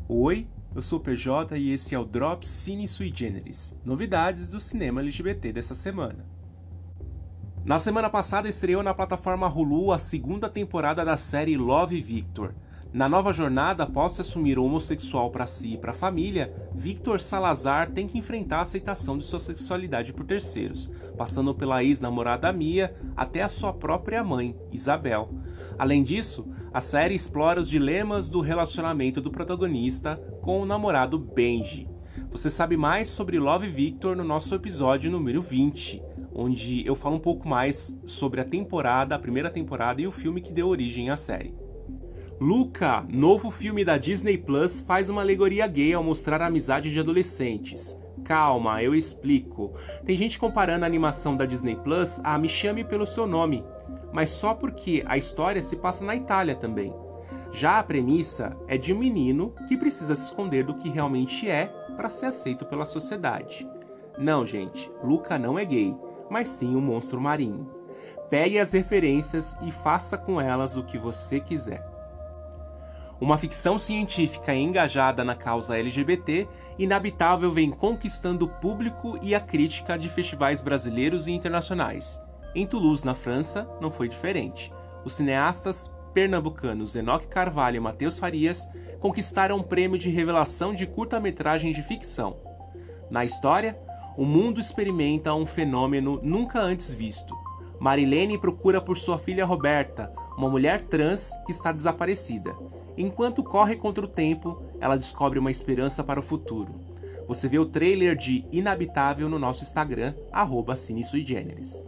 Oi, eu sou o PJ e esse é o Drops Cine Sui Generis, novidades do cinema LGBT dessa semana. Na semana passada estreou na plataforma Hulu a segunda temporada da série Love, Victor. Na nova jornada, após se assumir homossexual para si e para a família, Victor Salazar tem que enfrentar a aceitação de sua sexualidade por terceiros, passando pela ex-namorada Mia até a sua própria mãe, Isabel. Além disso, a série explora os dilemas do relacionamento do protagonista com o namorado Benji. Você sabe mais sobre Love, Victor no nosso episódio número 20, onde eu falo um pouco mais sobre a primeira temporada e o filme que deu origem à série. Luca, novo filme da Disney Plus, faz uma alegoria gay ao mostrar a amizade de adolescentes. Calma, eu explico. Tem gente comparando a animação da Disney Plus a Me Chame Pelo Seu Nome, mas só porque a história se passa na Itália também. Já a premissa é de um menino que precisa se esconder do que realmente é para ser aceito pela sociedade. Não, gente, Luca não é gay, mas sim um monstro marinho. Pegue as referências e faça com elas o que você quiser. Uma ficção científica engajada na causa LGBT, Inabitável vem conquistando o público e a crítica de festivais brasileiros e internacionais. Em Toulouse, na França, não foi diferente. Os cineastas pernambucanos Enoque Carvalho e Matheus Farias conquistaram o prêmio de revelação de curta-metragem de ficção. Na história, o mundo experimenta um fenômeno nunca antes visto. Marilene procura por sua filha Roberta, uma mulher trans que está desaparecida. Enquanto corre contra o tempo, ela descobre uma esperança para o futuro. Você vê o trailer de Inabitável no nosso Instagram, @CineSuiGeneris.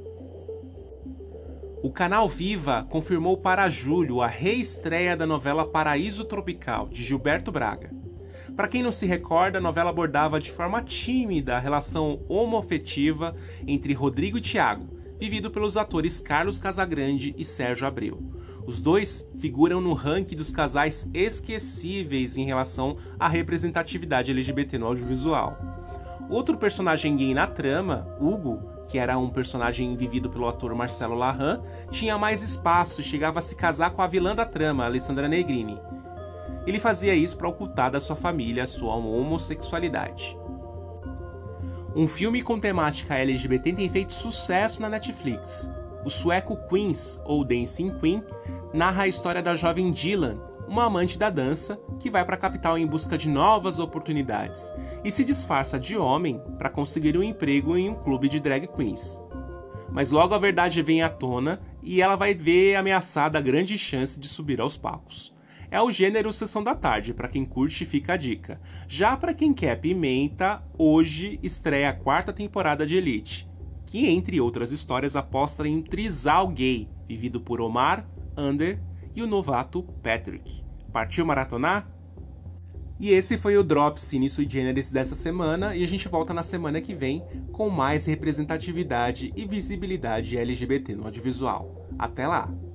O canal Viva confirmou para julho a reestreia da novela Paraíso Tropical, de Gilberto Braga. Para quem não se recorda, a novela abordava de forma tímida a relação homoafetiva entre Rodrigo e Thiago, vivido pelos atores Carlos Casagrande e Sérgio Abreu. Os dois figuram no ranking dos casais esquecíveis em relação à representatividade LGBT no audiovisual. Outro personagem gay na trama, Hugo, que era um personagem vivido pelo ator Marcelo Larran, tinha mais espaço e chegava a se casar com a vilã da trama, Alessandra Negrini. Ele fazia isso para ocultar da sua família a sua homossexualidade. Um filme com temática LGBT tem feito sucesso na Netflix. O sueco Queens, ou Dancing Queen, narra a história da jovem Dylan, uma amante da dança que vai para a capital em busca de novas oportunidades e se disfarça de homem para conseguir um emprego em um clube de drag queens. Mas logo a verdade vem à tona e ela vai ver ameaçada a grande chance de subir aos palcos. É o gênero Sessão da Tarde, para quem curte fica a dica. Já para quem quer pimenta, hoje estreia a 4ª temporada de Elite, que, entre outras histórias, aposta em um trisal gay, vivido por Omar, Ander e o novato Patrick. Partiu maratonar? E esse foi o Drop Cine Sui Generis dessa semana, e a gente volta na semana que vem com mais representatividade e visibilidade LGBT no audiovisual. Até lá!